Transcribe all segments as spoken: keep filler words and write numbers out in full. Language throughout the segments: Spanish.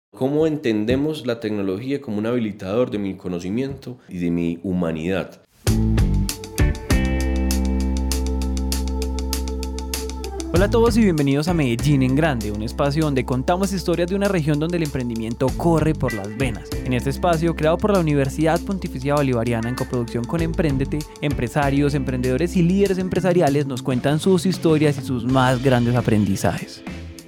¿Cómo entendemos la tecnología como un habilitador de mi conocimiento y de mi humanidad? Hola a todos y bienvenidos a Medellín en Grande, un espacio donde contamos historias de una región donde el emprendimiento corre por las venas. En este espacio, creado por la Universidad Pontificia Bolivariana en coproducción con Emprendete, empresarios, emprendedores y líderes empresariales nos cuentan sus historias y sus más grandes aprendizajes.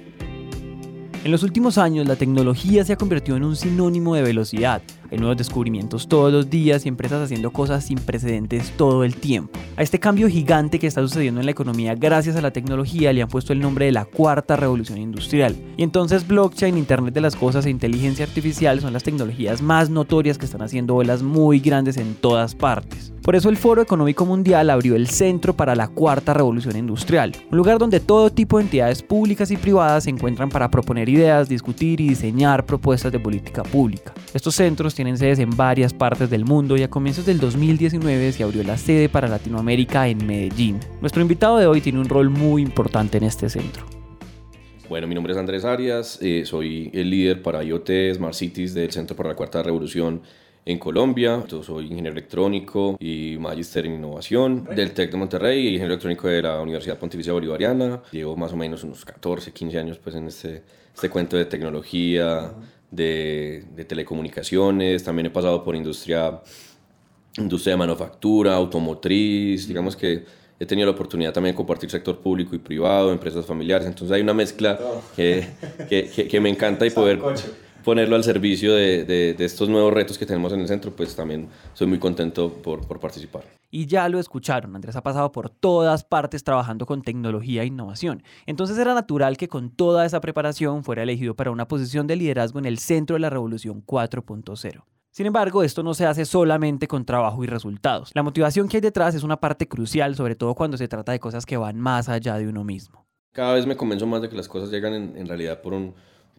En los últimos años, la tecnología se ha convertido en un sinónimo de velocidad. Hay nuevos descubrimientos todos los días y empresas haciendo cosas sin precedentes todo el tiempo. A este cambio gigante que está sucediendo en la economía gracias a la tecnología le han puesto el nombre de la cuarta revolución industrial. Y entonces blockchain, internet de las cosas e inteligencia artificial son las tecnologías más notorias que están haciendo olas muy grandes en todas partes. Por eso el Foro Económico Mundial abrió el Centro para la Cuarta Revolución Industrial, un lugar donde todo tipo de entidades públicas y privadas se encuentran para proponer ideas, discutir y diseñar propuestas de política pública. Estos centros tienen sedes en varias partes del mundo y a comienzos del dos mil diecinueve se abrió la sede para Latinoamérica en Medellín. Nuestro invitado de hoy tiene un rol muy importante en este centro. Bueno, mi nombre es Andrés Arias, eh, soy el líder para IoT Smart Cities del Centro para la Cuarta Revolución en Colombia. Yo soy ingeniero electrónico y magíster en innovación del TEC de Monterrey y ingeniero electrónico de la Universidad Pontificia Bolivariana. Llevo más o menos unos catorce, quince años pues, en este, este cuento de tecnología, de, de telecomunicaciones. También he pasado por industria, industria de manufactura, automotriz. Digamos que he tenido la oportunidad también de compartir sector público y privado, empresas familiares. Entonces hay una mezcla que, que, que, que me encanta y poder ponerlo al servicio de, de, de estos nuevos retos que tenemos en el centro, pues también soy muy contento por, por participar. Y ya lo escucharon, Andrés ha pasado por todas partes trabajando con tecnología e innovación. Entonces era natural que con toda esa preparación fuera elegido para una posición de liderazgo en el centro de la revolución cuatro punto cero. Sin embargo, esto no se hace solamente con trabajo y resultados. La motivación que hay detrás es una parte crucial, sobre todo cuando se trata de cosas que van más allá de uno mismo. Cada vez me convenzo más de que las cosas llegan en, en realidad por un...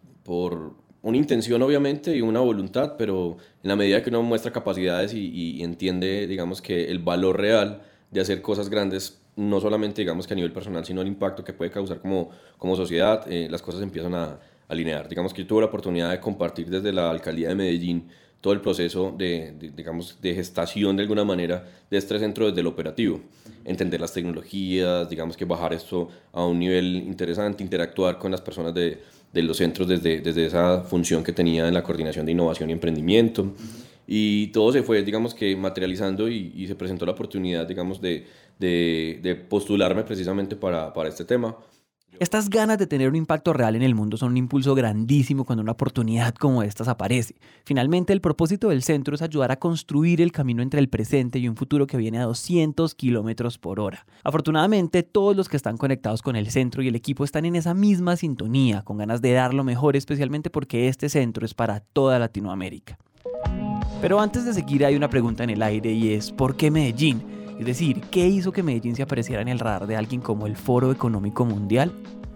por una intención obviamente y una voluntad, pero en la medida que uno muestra capacidades y, y entiende, digamos, que el valor real de hacer cosas grandes, no solamente, digamos, que a nivel personal, sino el impacto que puede causar como, como sociedad, eh, las cosas empiezan a alinear. Digamos que yo tuve la oportunidad de compartir desde la alcaldía de Medellín todo el proceso de, de, digamos, de gestación de alguna manera de este centro desde el operativo. Entender las tecnologías, digamos que bajar esto a un nivel interesante, interactuar con las personas de, de los centros desde, desde esa función que tenía en la coordinación de innovación y emprendimiento. Uh-huh. Y todo se fue, digamos que materializando y, y se presentó la oportunidad, digamos, de, de, de postularme precisamente para, para este tema. Estas ganas de tener un impacto real en el mundo son un impulso grandísimo cuando una oportunidad como estas aparece. Finalmente, el propósito del centro es ayudar a construir el camino entre el presente y un futuro que viene a doscientos kilómetros por hora. Afortunadamente, todos los que están conectados con el centro y el equipo están en esa misma sintonía, con ganas de dar lo mejor, especialmente porque este centro es para toda Latinoamérica. Pero antes de seguir hay una pregunta en el aire y es ¿por qué Medellín? Es decir, ¿qué hizo que Medellín se apareciera en el radar de alguien como el Foro Económico Mundial?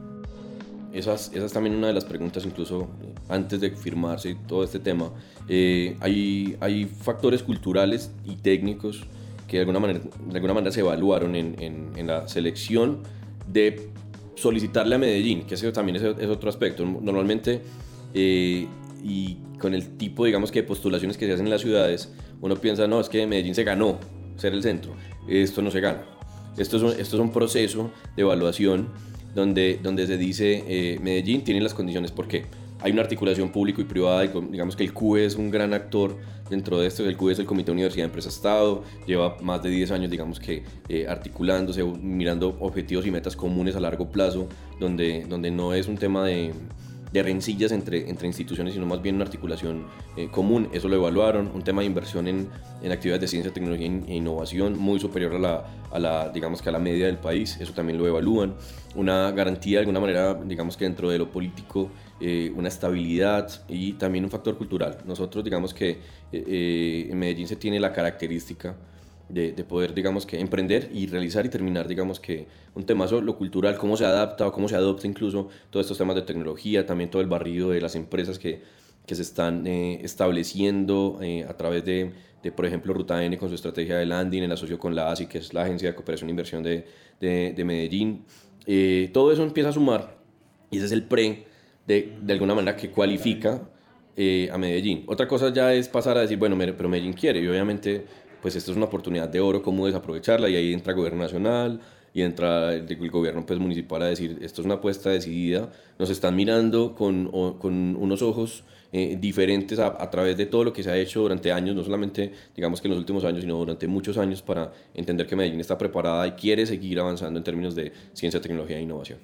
Esa es, esa es también una de las preguntas, incluso antes de firmarse todo este tema. Eh, hay, hay factores culturales y técnicos que de alguna manera, de alguna manera se evaluaron en, en, en la selección de solicitarle a Medellín, que ese también es, es otro aspecto. Normalmente, eh, y con el tipo, digamos, que de postulaciones que se hacen en las ciudades, uno piensa, no, es que Medellín se ganó ser el centro. Esto no se gana. Esto es un, esto es un proceso de evaluación donde, donde se dice eh, Medellín tiene las condiciones. ¿Por qué? Hay una articulación público y privada y digamos que el C U E es un gran actor dentro de esto. El C U E es el Comité Universidad Empresa Estado, lleva más de diez años, digamos que eh, articulándose, mirando objetivos y metas comunes a largo plazo, donde, donde no es un tema de de rencillas entre, entre instituciones, sino más bien una articulación eh, común. Eso lo evaluaron, un tema de inversión en, en actividades de ciencia, tecnología e innovación muy superior a la, a la, digamos que a la media del país, eso también lo evalúan. Una garantía de alguna manera, digamos que dentro de lo político, eh, una estabilidad y también un factor cultural. Nosotros digamos que eh, en Medellín se tiene la característica De, de poder, digamos que, emprender y realizar y terminar, digamos que, un temazo, lo cultural, cómo se adapta o cómo se adopta incluso todos estos temas de tecnología, también todo el barrido de las empresas que, que se están eh, estableciendo eh, a través de, de, por ejemplo, Ruta N con su estrategia de landing, en asocio con la A S I, que es la Agencia de Cooperación e Inversión de, de, de Medellín. Eh, todo eso empieza a sumar y ese es el pre de, de alguna manera que cualifica eh, a Medellín. Otra cosa ya es pasar a decir, bueno, pero Medellín quiere, y obviamente pues esto es una oportunidad de oro, cómo desaprovecharla, y ahí entra el gobierno nacional, y entra el, el gobierno pues, municipal a decir, esto es una apuesta decidida, nos están mirando con, o, con unos ojos eh, diferentes a, a través de todo lo que se ha hecho durante años, no solamente digamos que en los últimos años, sino durante muchos años, para entender que Medellín está preparada y quiere seguir avanzando en términos de ciencia, tecnología e innovación.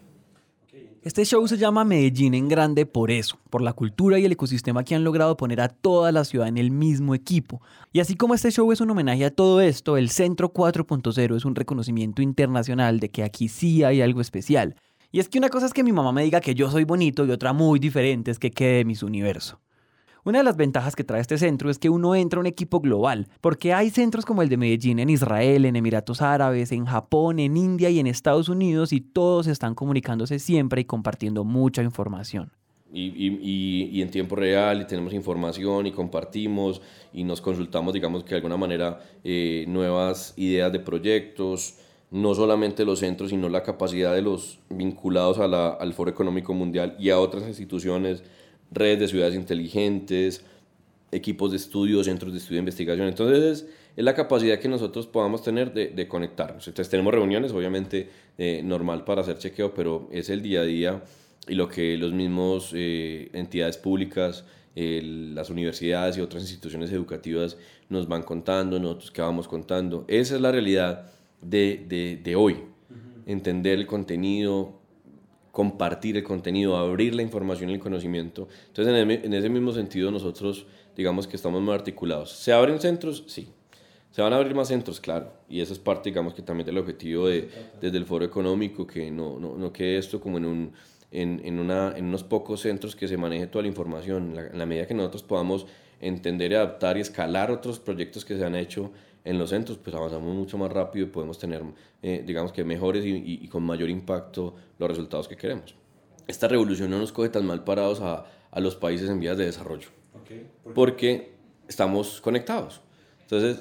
Este show se llama Medellín en Grande por eso, por la cultura y el ecosistema que han logrado poner a toda la ciudad en el mismo equipo. Y así como este show es un homenaje a todo esto, el Centro cuatro punto cero es un reconocimiento internacional de que aquí sí hay algo especial. Y es que una cosa es que mi mamá me diga que yo soy bonito y otra muy diferente es que quede Miss Universo. Una de las ventajas que trae este centro es que uno entra a un equipo global, porque hay centros como el de Medellín en Israel, en Emiratos Árabes, en Japón, en India y en Estados Unidos, y todos están comunicándose siempre y compartiendo mucha información. Y, y, y, y en tiempo real, y tenemos información y compartimos y nos consultamos, digamos que de alguna manera, eh, nuevas ideas de proyectos, no solamente los centros, sino la capacidad de los vinculados a la, al Foro Económico Mundial y a otras instituciones, redes de ciudades inteligentes, equipos de estudio, centros de estudio e investigación. Entonces es, es la capacidad que nosotros podamos tener de, de conectarnos. Entonces tenemos reuniones, obviamente eh, normal para hacer chequeo, pero es el día a día y lo que los mismos eh, entidades públicas, eh, las universidades y otras instituciones educativas nos van contando, nosotros que vamos contando. Esa es la realidad de, de, de hoy. Uh-huh. Entender el contenido, compartir el contenido, abrir la información y el conocimiento. Entonces, en, el, en ese mismo sentido, nosotros, digamos que estamos muy articulados. ¿Se abren centros? Sí. ¿Se van a abrir más centros? Claro. Y eso es parte, digamos, que también del objetivo de, desde el Foro Económico, que no, no, no quede esto como en, un, en, en, una, en unos pocos centros que se maneje toda la información. En la, en la medida que nosotros podamos entender, adaptar y escalar otros proyectos que se han hecho en los centros, pues avanzamos mucho más rápido y podemos tener, eh, digamos que mejores y, y, y con mayor impacto los resultados que queremos. Esta revolución no nos coge tan mal parados a, a los países en vías de desarrollo, okay. ¿Por porque estamos conectados. Entonces,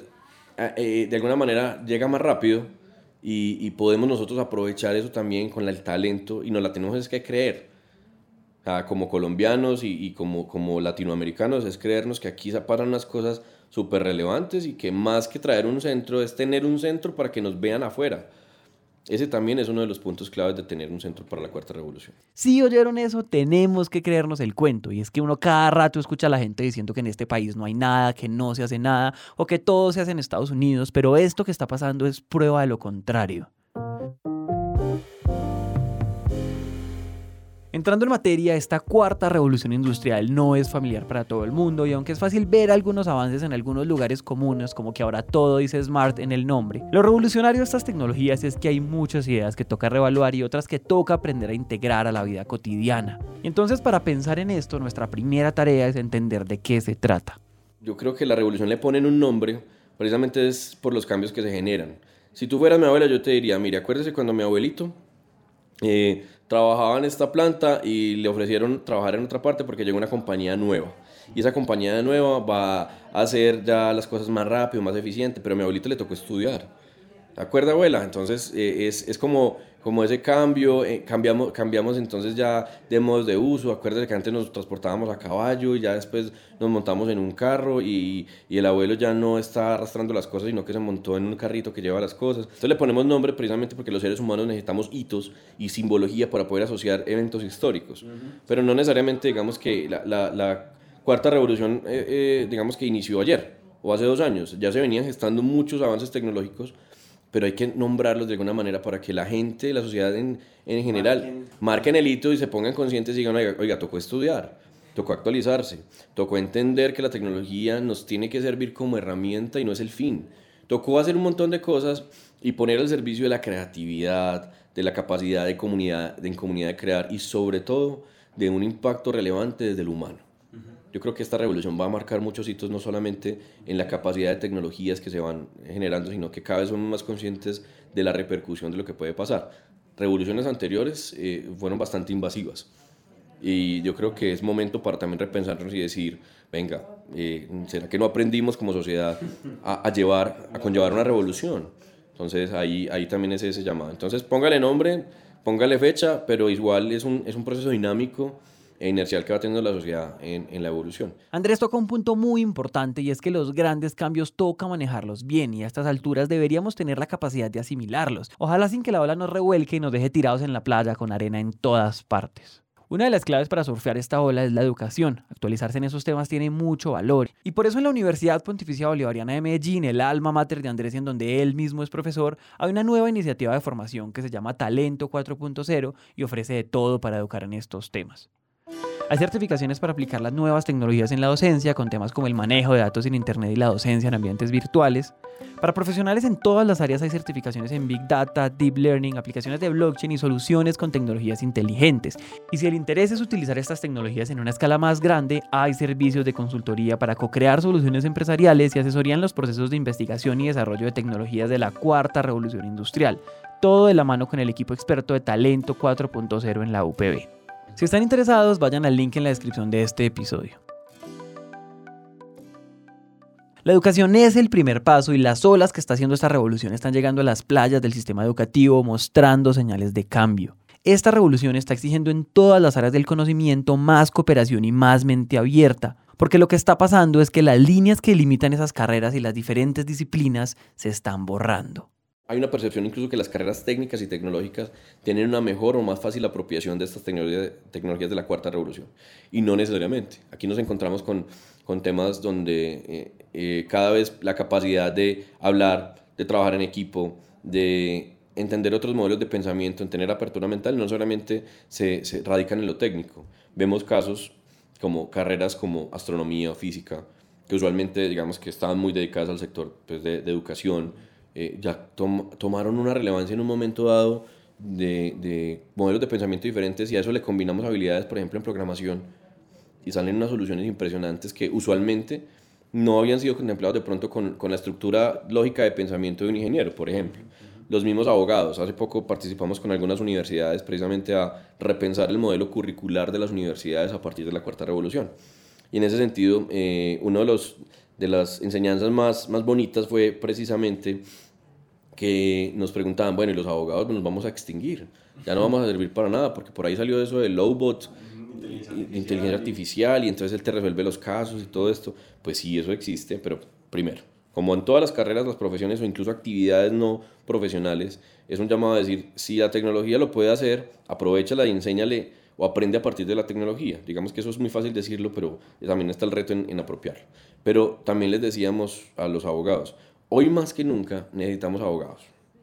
eh, de alguna manera llega más rápido y, y podemos nosotros aprovechar eso también con el talento, y nos la tenemos es que creer. O sea, como colombianos y, y como, como latinoamericanos, es creernos que aquí se paran unas cosas súper relevantes y que más que traer un centro es tener un centro para que nos vean afuera. Ese también es uno de los puntos claves de tener un centro para la cuarta revolución. Si oyeron eso, tenemos que creernos el cuento. Y es que uno cada rato escucha a la gente diciendo que en este país no hay nada, que no se hace nada, o que todo se hace en Estados Unidos, pero esto que está pasando es prueba de lo contrario. Entrando en materia, esta cuarta revolución industrial no es familiar para todo el mundo, y aunque es fácil ver algunos avances en algunos lugares comunes, como que ahora todo dice Smart en el nombre, lo revolucionario de estas tecnologías es que hay muchas ideas que toca reevaluar y otras que toca aprender a integrar a la vida cotidiana. Y entonces, para pensar en esto, nuestra primera tarea es entender de qué se trata. Yo creo que la revolución le ponen un nombre, precisamente es por los cambios que se generan. Si tú fueras mi abuela, yo te diría, mire, acuérdese cuando mi abuelito Eh, trabajaba en esta planta y le ofrecieron trabajar en otra parte porque llegó una compañía nueva, y esa compañía nueva va a hacer ya las cosas más rápido, más eficiente, pero a mi abuelito le tocó estudiar. ¿De acuerdo, abuela? Entonces eh, es, es como, como ese cambio, eh, cambiamos, cambiamos entonces ya de modos de uso. Acuérdate que antes nos transportábamos a caballo y ya después nos montamos en un carro, y, y el abuelo ya no está arrastrando las cosas, sino que se montó en un carrito que lleva las cosas. Entonces le ponemos nombre precisamente porque los seres humanos necesitamos hitos y simbología para poder asociar eventos históricos. Uh-huh. Pero no necesariamente digamos que la, la, la cuarta revolución eh, eh, digamos que inició ayer o hace dos años. Ya se venían gestando muchos avances tecnológicos, pero hay que nombrarlos de alguna manera para que la gente, la sociedad en, en general, marquen. marquen el hito y se pongan conscientes y digan, oiga, oiga, tocó estudiar, tocó actualizarse, tocó entender que la tecnología nos tiene que servir como herramienta y no es el fin. Tocó hacer un montón de cosas y poner al servicio de la creatividad, de la capacidad de comunidad, de en comunidad de crear, y sobre todo de un impacto relevante desde el humano. Yo creo que esta revolución va a marcar muchos hitos, no solamente en la capacidad de tecnologías que se van generando, sino que cada vez somos más conscientes de la repercusión de lo que puede pasar. Revoluciones anteriores eh, fueron bastante invasivas, y yo creo que es momento para también repensarnos y decir, venga, eh, ¿será que no aprendimos como sociedad a, a, llevar, a conllevar una revolución? Entonces ahí, ahí también es ese llamado. Entonces póngale nombre, póngale fecha, pero igual es un, es un proceso dinámico e inercial que va teniendo la sociedad en, en la evolución. Andrés toca un punto muy importante y es que los grandes cambios toca manejarlos bien y a estas alturas deberíamos tener la capacidad de asimilarlos, ojalá sin que la ola nos revuelque y nos deje tirados en la playa con arena en todas partes. Una de las claves para surfear esta ola es la educación. Actualizarse en esos temas tiene mucho valor. Y por eso en la Universidad Pontificia Bolivariana de Medellín, el alma mater de Andrés, en donde él mismo es profesor, hay una nueva iniciativa de formación que se llama Talento cuatro punto cero y ofrece de todo para educar en estos temas. Hay certificaciones para aplicar las nuevas tecnologías en la docencia, con temas como el manejo de datos en Internet y la docencia en ambientes virtuales. Para profesionales en todas las áreas hay certificaciones en Big Data, Deep Learning, aplicaciones de blockchain y soluciones con tecnologías inteligentes. Y si el interés es utilizar estas tecnologías en una escala más grande, hay servicios de consultoría para co-crear soluciones empresariales y asesoría en los procesos de investigación y desarrollo de tecnologías de la cuarta revolución industrial. Todo de la mano con el equipo experto de Talento cuatro punto cero en la U P B. Si están interesados, vayan al link en la descripción de este episodio. La educación es el primer paso y las olas que está haciendo esta revolución están llegando a las playas del sistema educativo mostrando señales de cambio. Esta revolución está exigiendo en todas las áreas del conocimiento más cooperación y más mente abierta, porque lo que está pasando es que las líneas que limitan esas carreras y las diferentes disciplinas se están borrando. Hay una percepción incluso que las carreras técnicas y tecnológicas tienen una mejor o más fácil apropiación de estas tecnologías, tecnologías de la cuarta revolución. Y no necesariamente. Aquí nos encontramos con, con temas donde eh, eh, cada vez la capacidad de hablar, de trabajar en equipo, de entender otros modelos de pensamiento, en tener apertura mental, no solamente se, se radican en lo técnico. Vemos casos como carreras como astronomía o física, que usualmente digamos que estaban muy dedicadas al sector pues, de, de educación, Eh, ya tom, tomaron una relevancia en un momento dado de, de modelos de pensamiento diferentes y a eso le combinamos habilidades, por ejemplo, en programación y salen unas soluciones impresionantes que usualmente no habían sido contemplados de pronto con, con la estructura lógica de pensamiento de un ingeniero, por ejemplo. Los mismos abogados, hace poco participamos con algunas universidades precisamente a repensar el modelo curricular de las universidades a partir de la cuarta revolución. Y en ese sentido, eh, uno de, los, de las enseñanzas más, más bonitas fue precisamente que nos preguntaban, bueno, ¿y los abogados nos vamos a extinguir? Ya no vamos a servir para nada, porque por ahí salió eso del Lowbot, inteligencia artificial, inteligencia artificial, y entonces él te resuelve los casos y todo esto. Pues sí, eso existe, pero primero, como en todas las carreras, las profesiones o incluso actividades no profesionales, es un llamado a decir, si la tecnología lo puede hacer, aprovéchala y enséñale o aprende a partir de la tecnología. Digamos que eso es muy fácil decirlo, pero también está el reto en, en apropiarlo. Pero también les decíamos a los abogados, hoy más que nunca necesitamos abogados.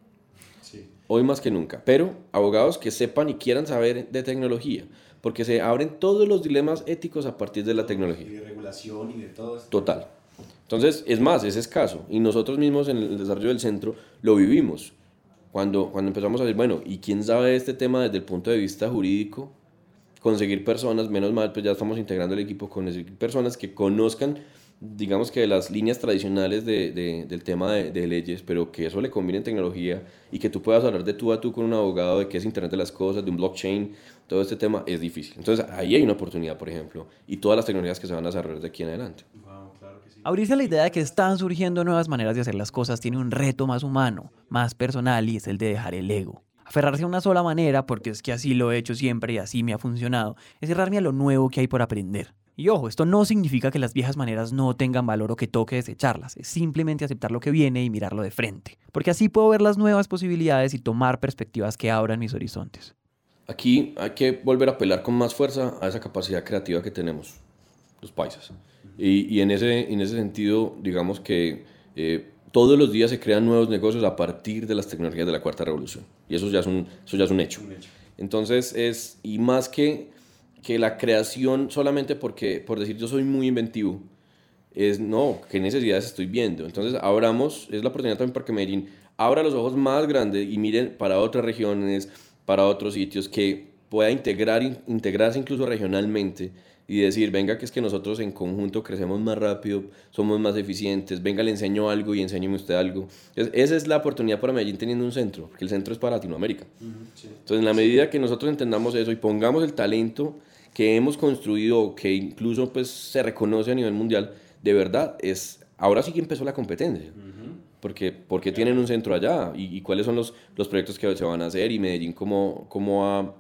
Sí. Hoy más que nunca. Pero abogados que sepan y quieran saber de tecnología. Porque se abren todos los dilemas éticos a partir de la tecnología. Y de regulación y de todo esto. Total. Entonces, es más, es escaso. Y nosotros mismos en el desarrollo del centro lo vivimos. Cuando, cuando empezamos a decir, bueno, ¿y quién sabe de este tema desde el punto de vista jurídico? Conseguir personas, menos mal, pues ya estamos integrando el equipo, conseguir personas que conozcan digamos que de las líneas tradicionales de, de, del tema de, de leyes, pero que eso le combine en tecnología y que tú puedas hablar de tú a tú con un abogado de qué es Internet de las cosas, de un blockchain, todo este tema es difícil. Entonces ahí hay una oportunidad, por ejemplo, y todas las tecnologías que se van a desarrollar de aquí en adelante. Wow, claro que sí. Abrirse a la idea de que están surgiendo nuevas maneras de hacer las cosas tiene un reto más humano, más personal, y es el de dejar el ego. Aferrarse a una sola manera, porque es que así lo he hecho siempre y así me ha funcionado, es cerrarme a lo nuevo que hay por aprender. Y ojo, esto no significa que las viejas maneras no tengan valor o que toque desecharlas, es simplemente aceptar lo que viene y mirarlo de frente, porque así puedo ver las nuevas posibilidades y tomar perspectivas que abran mis horizontes. Aquí hay que volver a apelar con más fuerza a esa capacidad creativa que tenemos los paisas. Y, y en, ese, en ese sentido, digamos que eh, todos los días se crean nuevos negocios a partir de las tecnologías de la cuarta revolución. Y eso ya es un, eso ya es un hecho. Un hecho. Entonces, es, y más que que la creación solamente porque, por decir yo soy muy inventivo, es no, qué necesidades estoy viendo. Entonces abramos, es la oportunidad también para que Medellín abra los ojos más grandes y miren para otras regiones, para otros sitios, que pueda integrar, integrarse incluso regionalmente y decir, venga, que es que nosotros en conjunto crecemos más rápido, somos más eficientes, venga, le enseño algo y enséñeme usted algo. Entonces, esa es la oportunidad para Medellín teniendo un centro, porque el centro es para Latinoamérica. Uh-huh, sí. Entonces, en la medida que nosotros entendamos eso y pongamos el talento que hemos construido, que incluso pues, se reconoce a nivel mundial, de verdad, es ahora sí que empezó la competencia. Uh-huh. Porque, porque tienen un centro allá y, y cuáles son los, los proyectos que se van a hacer y Medellín cómo, cómo ha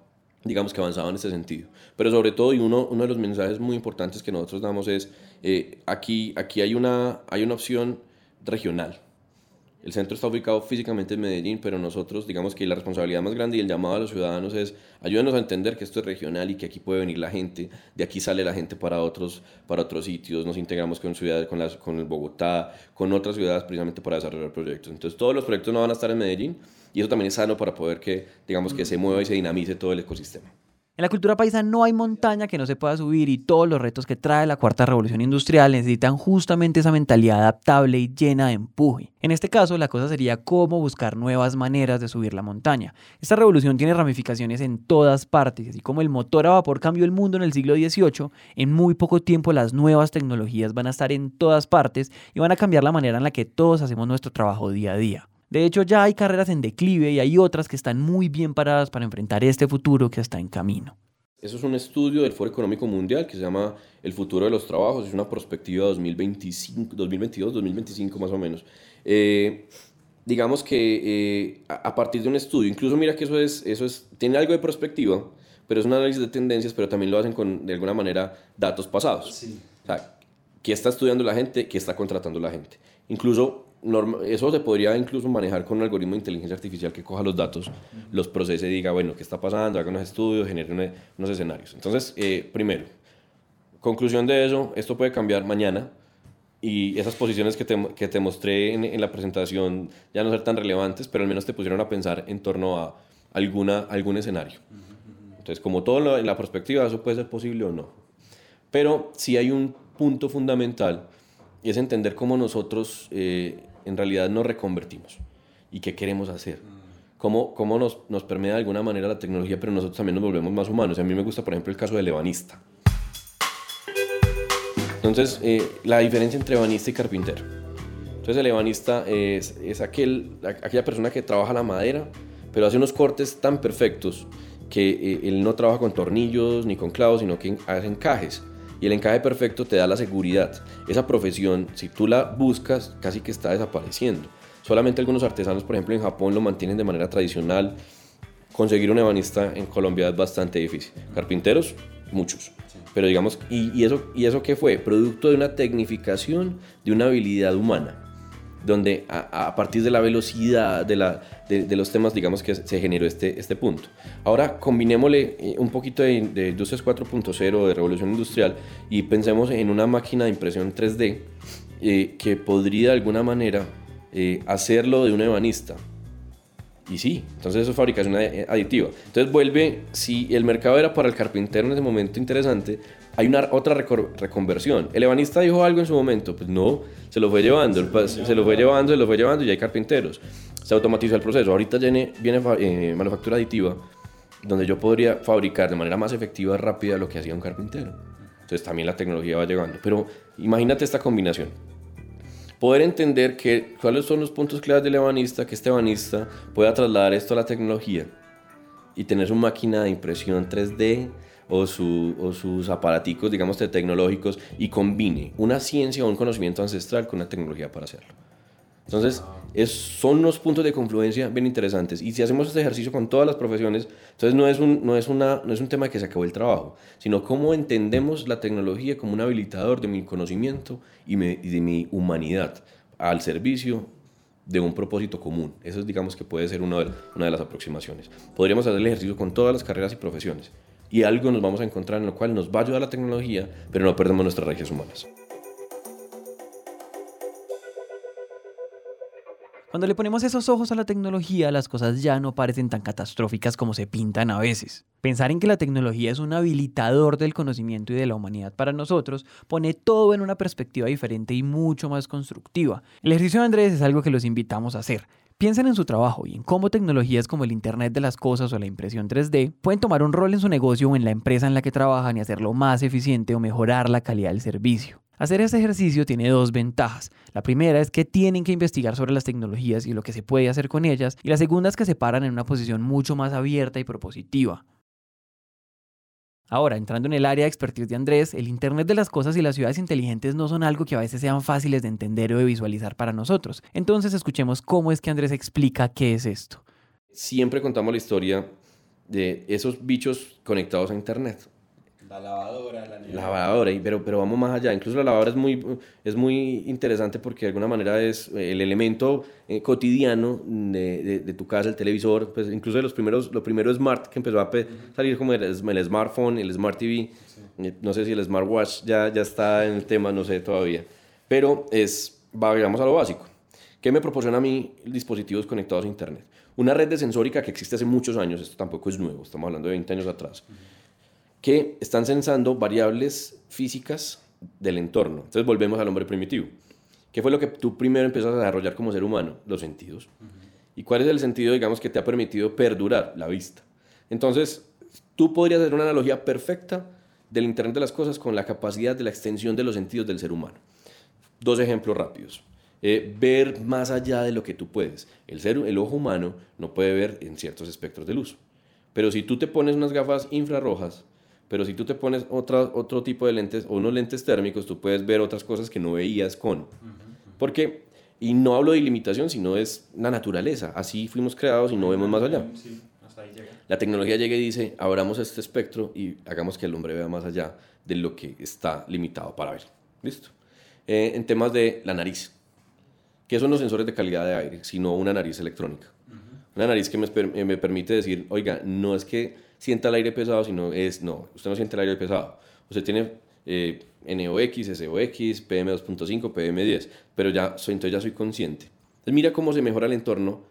digamos que avanzado en este sentido. Pero sobre todo, y uno, uno de los mensajes muy importantes que nosotros damos es, eh, aquí, aquí hay, una, hay una opción regional. El centro está ubicado físicamente en Medellín, pero nosotros, digamos que la responsabilidad más grande y el llamado a los ciudadanos es ayúdenos a entender que esto es regional y que aquí puede venir la gente, de aquí sale la gente para otros, para otros sitios, nos integramos con ciudades, con, las, con el Bogotá, con otras ciudades precisamente para desarrollar proyectos. Entonces todos los proyectos no van a estar en Medellín y eso también es sano para poder que, digamos, que se mueva y se dinamice todo el ecosistema. En la cultura paisa no hay montaña que no se pueda subir y todos los retos que trae la cuarta revolución industrial necesitan justamente esa mentalidad adaptable y llena de empuje. En este caso, la cosa sería cómo buscar nuevas maneras de subir la montaña. Esta revolución tiene ramificaciones en todas partes, así como el motor a vapor cambió el mundo en el siglo dieciocho, en muy poco tiempo las nuevas tecnologías van a estar en todas partes y van a cambiar la manera en la que todos hacemos nuestro trabajo día a día. De hecho, ya hay carreras en declive y hay otras que están muy bien paradas para enfrentar este futuro que está en camino. Eso es un estudio del Foro Económico Mundial que se llama El futuro de los trabajos, es una perspectiva dos mil veinticinco, dos mil veintidós, dos mil veinticinco más o menos. Eh, digamos que eh, a, a partir de un estudio, incluso mira que eso, es, eso es, tiene algo de perspectiva, pero es un análisis de tendencias, pero también lo hacen con, de alguna manera, datos pasados. Sí. O sea, ¿qué está estudiando la gente? ¿Qué está contratando la gente? Incluso eso se podría incluso manejar con un algoritmo de inteligencia artificial que coja los datos, los procese y diga, bueno, ¿qué está pasando? Haga unos estudios, genere unos, unos escenarios. Entonces, eh, primero, conclusión de eso, esto puede cambiar mañana y esas posiciones que te, que te mostré en, en la presentación ya no ser tan relevantes, pero al menos te pusieron a pensar en torno a alguna, algún escenario. Entonces, como todo en la perspectiva, eso puede ser posible o no. Pero sí hay un punto fundamental y es entender cómo nosotros eh, en realidad nos reconvertimos y qué queremos hacer. Cómo, cómo nos, nos permea de alguna manera la tecnología, pero nosotros también nos volvemos más humanos. A mí me gusta, por ejemplo, el caso del ebanista. Entonces, eh, la diferencia entre ebanista y carpintero. Entonces, el ebanista es, es aquel, aquella persona que trabaja la madera, pero hace unos cortes tan perfectos que eh, él no trabaja con tornillos ni con clavos, sino que hace encajes. Y el encaje perfecto te da la seguridad. Esa profesión, si tú la buscas, casi que está desapareciendo. Solamente algunos artesanos, por ejemplo, en Japón lo mantienen de manera tradicional. Conseguir un ebanista en Colombia es bastante difícil. Carpinteros, muchos. Pero digamos, ¿y, y, eso, ¿y eso qué fue? Producto de una tecnificación, de una habilidad humana, donde a, a partir de la velocidad de, la, de, de los temas, digamos que se generó este, este punto. Ahora combinémosle un poquito de, de Industrias cuatro punto cero, de revolución industrial, y pensemos en una máquina de impresión tres D eh, que podría de alguna manera eh, hacerlo de un ebanista. Y sí, entonces eso es fabricación aditiva. Entonces vuelve, si el mercado era para el carpintero en ese momento interesante, hay una otra reconversión. ¿El ebanista dijo algo en su momento? Pues no, se lo fue llevando, se lo fue llevando, se lo fue llevando y ya hay carpinteros. Se automatizó el proceso. Ahorita viene, viene eh, manufactura aditiva, donde yo podría fabricar de manera más efectiva, rápida, lo que hacía un carpintero. Entonces también la tecnología va llegando. Pero imagínate esta combinación. Poder entender que, cuáles son los puntos claves del ebanista, que este ebanista pueda trasladar esto a la tecnología y tener su máquina de impresión tres D o, su, o sus aparaticos, digamos, tecnológicos y combine una ciencia o un conocimiento ancestral con una tecnología para hacerlo. Entonces, es, son unos puntos de confluencia bien interesantes. Y si hacemos este ejercicio con todas las profesiones, entonces no es un, no es una, no es un tema de que se acabó el trabajo, sino cómo entendemos la tecnología como un habilitador de mi conocimiento y, me, y de mi humanidad al servicio de un propósito común. Eso es, digamos, que puede ser una de, una de las aproximaciones. Podríamos hacer el ejercicio con todas las carreras y profesiones. Y algo nos vamos a encontrar en lo cual nos va a ayudar la tecnología, pero no perdemos nuestras raíces humanas. Cuando le ponemos esos ojos a la tecnología, las cosas ya no parecen tan catastróficas como se pintan a veces. Pensar en que la tecnología es un habilitador del conocimiento y de la humanidad para nosotros pone todo en una perspectiva diferente y mucho más constructiva. El ejercicio de Andrés es algo que los invitamos a hacer. Piensen en su trabajo y en cómo tecnologías como el Internet de las Cosas o la impresión tres D pueden tomar un rol en su negocio o en la empresa en la que trabajan y hacerlo más eficiente o mejorar la calidad del servicio. Hacer este ejercicio tiene dos ventajas. La primera es que tienen que investigar sobre las tecnologías y lo que se puede hacer con ellas, y la segunda es que se paran en una posición mucho más abierta y propositiva. Ahora, entrando en el área de expertise de Andrés, el Internet de las Cosas y las ciudades inteligentes no son algo que a veces sean fáciles de entender o de visualizar para nosotros. Entonces escuchemos cómo es que Andrés explica qué es esto. Siempre contamos la historia de esos bichos conectados a internet. La lavadora, la nevera. Lavadora, y- pero, pero vamos más allá. Incluso la lavadora es muy, es muy interesante porque de alguna manera es el elemento eh, cotidiano de, de, de tu casa, el televisor, pues incluso de los primeros, lo primero smart que empezó a pe- salir como el, el smartphone, el smart T V, Sí. eh, no sé si el smartwatch ya, ya está en el tema, no sé todavía, pero es, vayamos a lo básico. ¿Qué me proporciona a mí dispositivos conectados a internet? Una red de sensórica que existe hace muchos años, esto tampoco es nuevo, estamos hablando de veinte años atrás, que están sensando variables físicas del entorno. Entonces volvemos al hombre primitivo. ¿Qué fue lo que tú primero empiezas a desarrollar como ser humano? Los sentidos. ¿Y cuál es el sentido, digamos, que te ha permitido perdurar? La vista. Entonces, tú podrías hacer una analogía perfecta del Internet de las cosas con la capacidad de la extensión de los sentidos del ser humano. Dos ejemplos rápidos. Eh, ver más allá de lo que tú puedes. El, ser, el ojo humano no puede ver en ciertos espectros de luz. Pero si tú te pones unas gafas infrarrojas, pero si tú te pones otra, otro tipo de lentes o unos lentes térmicos, tú puedes ver otras cosas que no veías con. Porque, y no hablo de ilimitación, sino es la naturaleza. Así fuimos creados y no vemos más allá. Sí, hasta ahí llega. La tecnología llega y dice, abramos este espectro y hagamos que el hombre vea más allá de lo que está limitado para ver. ¿Listo? Eh, en temas de la nariz. ¿Qué son los sensores de calidad de aire? Sino una nariz electrónica. Una nariz que me, per- me permite decir, oiga, no es que sienta el aire pesado, sino es, no, usted no siente el aire pesado. Usted tiene eh, N O X, S O X, P M dos punto cinco, P M diez, pero ya soy, entonces ya soy consciente. Entonces mira cómo se mejora el entorno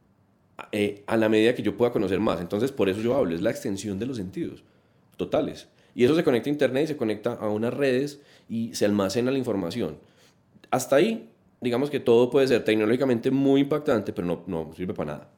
eh, a la medida que yo pueda conocer más. Entonces por eso yo hablo, es la extensión de los sentidos totales. Y eso se conecta a internet y se conecta a unas redes y se almacena la información. Hasta ahí, digamos que todo puede ser tecnológicamente muy impactante, pero no, no sirve para nada.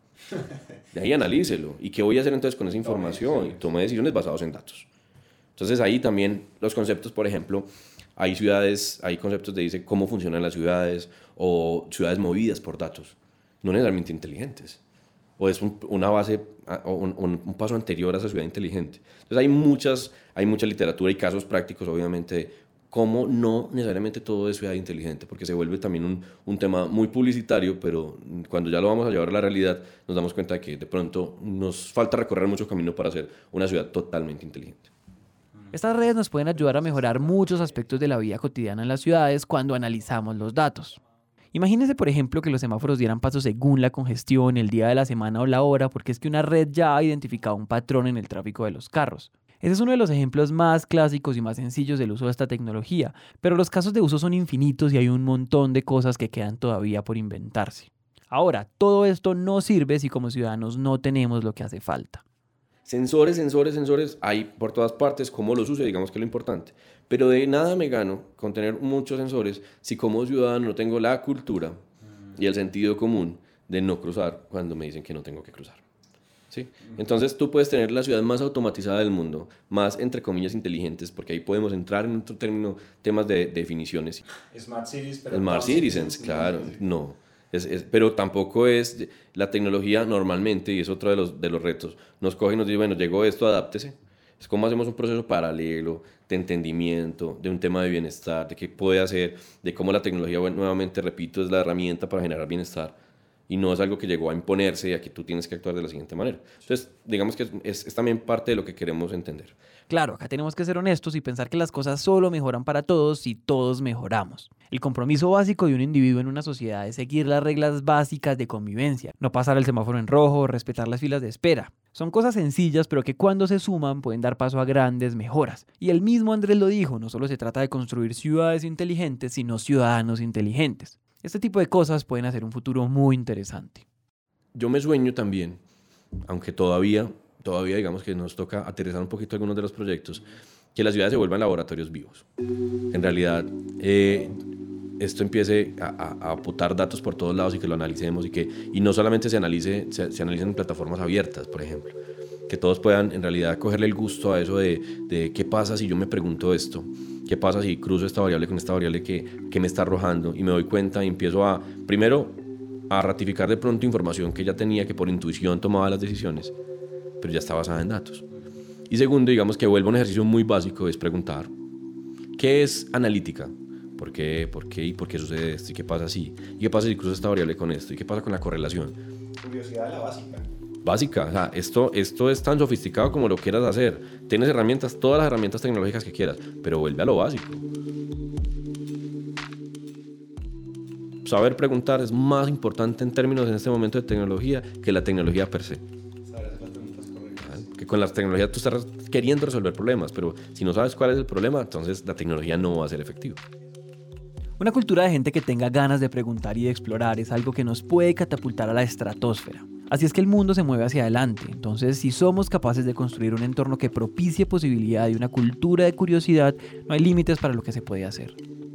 De ahí analícelo. ¿Y qué voy a hacer entonces con esa información? Y tome decisiones basadas en datos. Entonces ahí también los conceptos, por ejemplo, hay ciudades, hay conceptos de dice cómo funcionan las ciudades o ciudades movidas por datos, no necesariamente inteligentes. O es un, una base, o un, un, un paso anterior a esa ciudad inteligente. Entonces hay muchas, hay mucha literatura y casos prácticos, obviamente, de cómo no necesariamente todo es ciudad inteligente, porque se vuelve también un, un tema muy publicitario, pero cuando ya lo vamos a llevar a la realidad, nos damos cuenta de que de pronto nos falta recorrer mucho camino para hacer una ciudad totalmente inteligente. Estas redes nos pueden ayudar a mejorar muchos aspectos de la vida cotidiana en las ciudades cuando analizamos los datos. Imagínense, por ejemplo, que los semáforos dieran paso según la congestión, el día de la semana o la hora, porque es que una red ya ha identificado un patrón en el tráfico de los carros. Ese es uno de los ejemplos más clásicos y más sencillos del uso de esta tecnología, pero los casos de uso son infinitos y hay un montón de cosas que quedan todavía por inventarse. Ahora, todo esto no sirve si como ciudadanos no tenemos lo que hace falta. Sensores, sensores, sensores, hay por todas partes. ¿Cómo los uso? Digamos que es lo importante. Pero de nada me gano con tener muchos sensores si como ciudadano no tengo la cultura y el sentido común de no cruzar cuando me dicen que no tengo que cruzar. ¿Sí? Entonces tú puedes tener la ciudad más automatizada del mundo, más entre comillas inteligentes, porque ahí podemos entrar en otro término, temas de, de definiciones. Smart Cities, pero Smart no, Citizens, sí, claro, sí, sí. no. Es, es, pero tampoco es la tecnología normalmente, y es otro de los, de los retos, nos coge y nos dice, bueno, llegó esto, adáptese. Es como hacemos un proceso paralelo de entendimiento, de un tema de bienestar, de qué puede hacer, de cómo la tecnología, bueno, nuevamente, repito, es la herramienta para generar bienestar y no es algo que llegó a imponerse y a que tú tienes que actuar de la siguiente manera. Entonces, digamos que es, es, es también parte de lo que queremos entender. Claro, acá tenemos que ser honestos y pensar que las cosas solo mejoran para todos si todos mejoramos. El compromiso básico de un individuo en una sociedad es seguir las reglas básicas de convivencia, no pasar el semáforo en rojo, respetar las filas de espera. Son cosas sencillas, pero que cuando se suman pueden dar paso a grandes mejoras. Y el mismo Andrés lo dijo, no solo se trata de construir ciudades inteligentes, sino ciudadanos inteligentes. Este tipo de cosas pueden hacer un futuro muy interesante. Yo me sueño también, aunque todavía, todavía digamos que nos toca aterrizar un poquito algunos de los proyectos, que las ciudades se vuelvan laboratorios vivos. En realidad, eh, esto empiece a, a, a apuntar datos por todos lados y que lo analicemos y que y no solamente se analice, se, se analicen en plataformas abiertas, por ejemplo. Que todos puedan en realidad cogerle el gusto a eso de, de qué pasa si yo me pregunto esto, qué pasa si cruzo esta variable con esta variable que, que me está arrojando y me doy cuenta y empiezo a, primero, a ratificar de pronto información que ya tenía, que por intuición tomaba las decisiones, pero ya está basada en datos. Y segundo, digamos que vuelvo a un ejercicio muy básico, es preguntar, ¿qué es analítica? ¿Por qué? ¿Por qué? ¿Y por qué sucede esto? ¿Y qué pasa así? ¿Y qué pasa si cruzo esta variable con esto? ¿Y qué pasa con la correlación? Curiosidad de la básica. básica. O sea, esto, esto es tan sofisticado como lo quieras hacer. Tienes herramientas, todas las herramientas tecnológicas que quieras, pero vuelve a lo básico. Saber preguntar es más importante en términos en este momento de tecnología que la tecnología per se. Que con las tecnologías tú estás queriendo resolver problemas, pero si no sabes cuál es el problema, entonces la tecnología no va a ser efectiva. Una cultura de gente que tenga ganas de preguntar y de explorar es algo que nos puede catapultar a la estratosfera. Así es que el mundo se mueve hacia adelante. Entonces, si somos capaces de construir un entorno que propicie posibilidad y una cultura de curiosidad, no hay límites para lo que se puede hacer.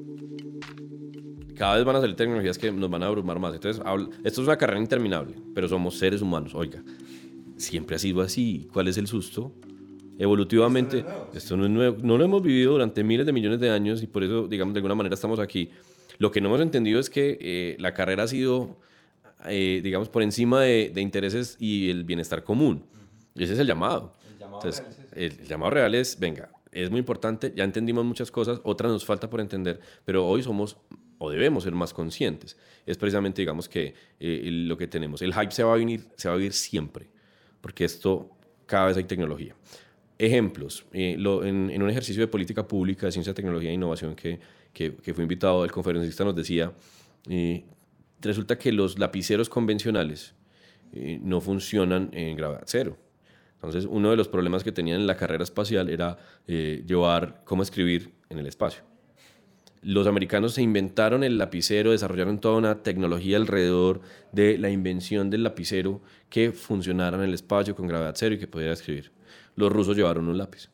Cada vez van a salir tecnologías que nos van a abrumar más. Entonces, esto es una carrera interminable, pero somos seres humanos. Oiga, siempre ha sido así. ¿Cuál es el susto? Evolutivamente, esto no es nuevo, esto no es nuevo. No lo hemos vivido durante miles de millones de años y por eso, digamos, de alguna manera estamos aquí. Lo que no hemos entendido es que eh, la carrera ha sido, eh, digamos, por encima de, de intereses y el bienestar común. Y ese es el llamado. El llamado Entonces, real es ese. el, el llamado real es, venga, es muy importante, ya entendimos muchas cosas, otras nos falta por entender, pero hoy somos o debemos ser más conscientes. Es precisamente, digamos, que eh, lo que tenemos. El hype se va a venir, se va a vivir siempre, porque esto, cada vez hay tecnología. Ejemplos, eh, lo, en, en un ejercicio de política pública, de ciencia, tecnología e innovación que, que, que fue invitado, el conferencista nos decía, eh, resulta que los lapiceros convencionales eh, no funcionan en gravedad cero. Entonces, uno de los problemas que tenían en la carrera espacial era eh, llevar cómo escribir en el espacio. Los americanos se inventaron el lapicero, desarrollaron toda una tecnología alrededor de la invención del lapicero que funcionara en el espacio con gravedad cero y que pudiera escribir. Los rusos llevaron un lápiz.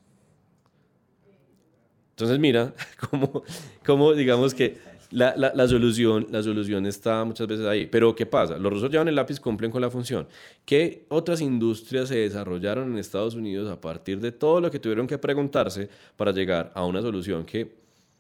Entonces mira cómo, cómo digamos que la, la, la, solución, la solución está muchas veces ahí. Pero ¿qué pasa? Los rusos llevan el lápiz, cumplen con la función. ¿Qué otras industrias se desarrollaron en Estados Unidos a partir de todo lo que tuvieron que preguntarse para llegar a una solución que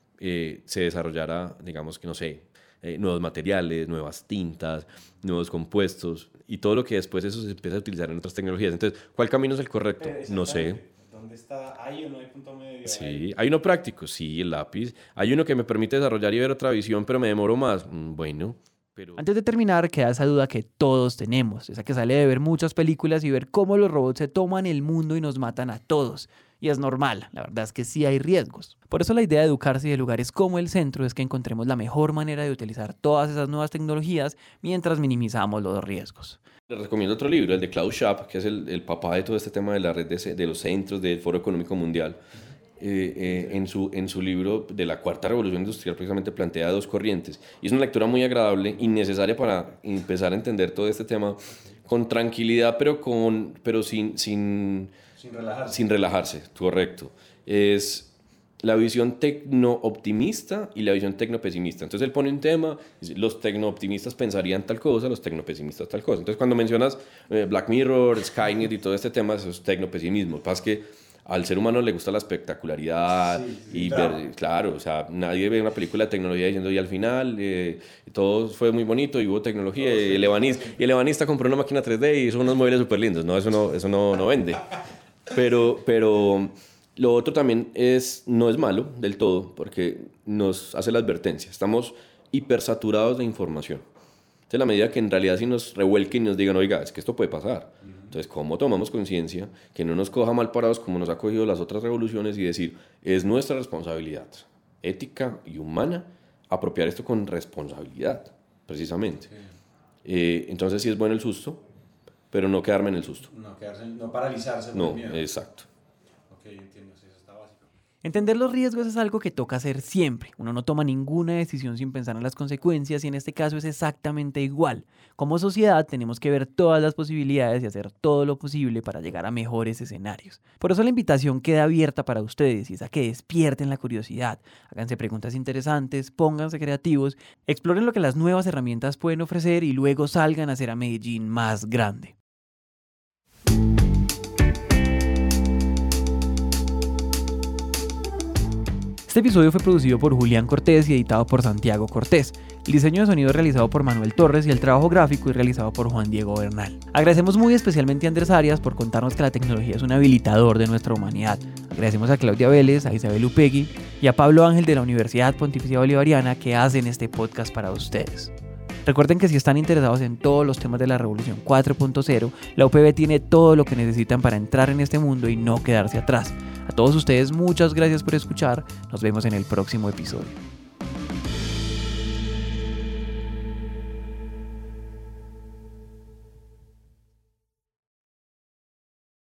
eh, se desarrollara, digamos que no sé, eh, nuevos materiales, nuevas tintas, nuevos compuestos y todo lo que después eso se empieza a utilizar en otras tecnologías? Entonces, ¿cuál camino es el correcto? No sé. ¿Dónde está? ¿Hay o no hay punto medio? Sí, ¿Hay? hay uno práctico, sí, el lápiz. Hay uno que me permite desarrollar y ver otra visión, pero me demoro más. Mm, bueno, pero... Antes de terminar, queda esa duda que todos tenemos, esa que sale de ver muchas películas y ver cómo los robots se toman el mundo y nos matan a todos. Y es normal, la verdad es que sí hay riesgos. Por eso la idea de educarse de lugares como el centro es que encontremos la mejor manera de utilizar todas esas nuevas tecnologías mientras minimizamos los riesgos. Les recomiendo otro libro, el de Klaus Schwab, que es el, el papá de todo este tema de la red de, de los centros del Foro Económico Mundial. Eh, eh, en, su, en su libro de la Cuarta Revolución Industrial precisamente plantea dos corrientes. Y es una lectura muy agradable y necesaria para empezar a entender todo este tema con tranquilidad, pero, con, pero sin, sin, Sin relajarse. sin relajarse, correcto. Es la visión tecno-optimista y la visión tecno-pesimista. Entonces él pone un tema, los tecno-optimistas pensarían tal cosa, los tecno-pesimistas tal cosa. Entonces cuando mencionas eh, Black Mirror, Skynet y todo este tema, eso es tecno-pesimismo. Lo que pasa es que al ser humano le gusta la espectacularidad, sí, sí, y claro. ver, claro, o sea, nadie ve una película de tecnología diciendo y al final eh, todo fue muy bonito y hubo tecnología Todo y el, ebanista, y el ebanista compró una máquina tres D y hizo unos muebles súper lindos. No, eso no, eso no, no vende. Pero, pero lo otro también es, no es malo del todo, porque nos hace la advertencia. Estamos hipersaturados de información. Entonces, la medida que en realidad si nos revuelquen y nos digan, oiga, es que esto puede pasar. Entonces, ¿cómo tomamos conciencia? Que no nos coja mal parados como nos ha cogido las otras revoluciones y decir, es nuestra responsabilidad ética y humana apropiar esto con responsabilidad, precisamente. Sí. Eh, entonces, sí es bueno el susto, pero no quedarme en el susto. No, quedarse, no paralizarse por No, el miedo. exacto. Ok, entiendo, sí, eso está básico. Entender los riesgos es algo que toca hacer siempre. Uno no toma ninguna decisión sin pensar en las consecuencias y en este caso es exactamente igual. Como sociedad tenemos que ver todas las posibilidades y hacer todo lo posible para llegar a mejores escenarios. Por eso la invitación queda abierta para ustedes y es a que despierten la curiosidad, háganse preguntas interesantes, pónganse creativos, exploren lo que las nuevas herramientas pueden ofrecer y luego salgan a hacer a Medellín más grande. Este episodio fue producido por Julián Cortés y editado por Santiago Cortés. El diseño de sonido es realizado por Manuel Torres y el trabajo gráfico es realizado por Juan Diego Bernal. Agradecemos muy especialmente a Andrés Arias por contarnos que la tecnología es un habilitador de nuestra humanidad. Agradecemos a Claudia Vélez, a Isabel Upegui y a Pablo Ángel de la Universidad Pontificia Bolivariana que hacen este podcast para ustedes. Recuerden que si están interesados en todos los temas de la revolución cuatro punto cero, la U P B tiene todo lo que necesitan para entrar en este mundo y no quedarse atrás. A todos ustedes muchas gracias por escuchar, nos vemos en el próximo episodio.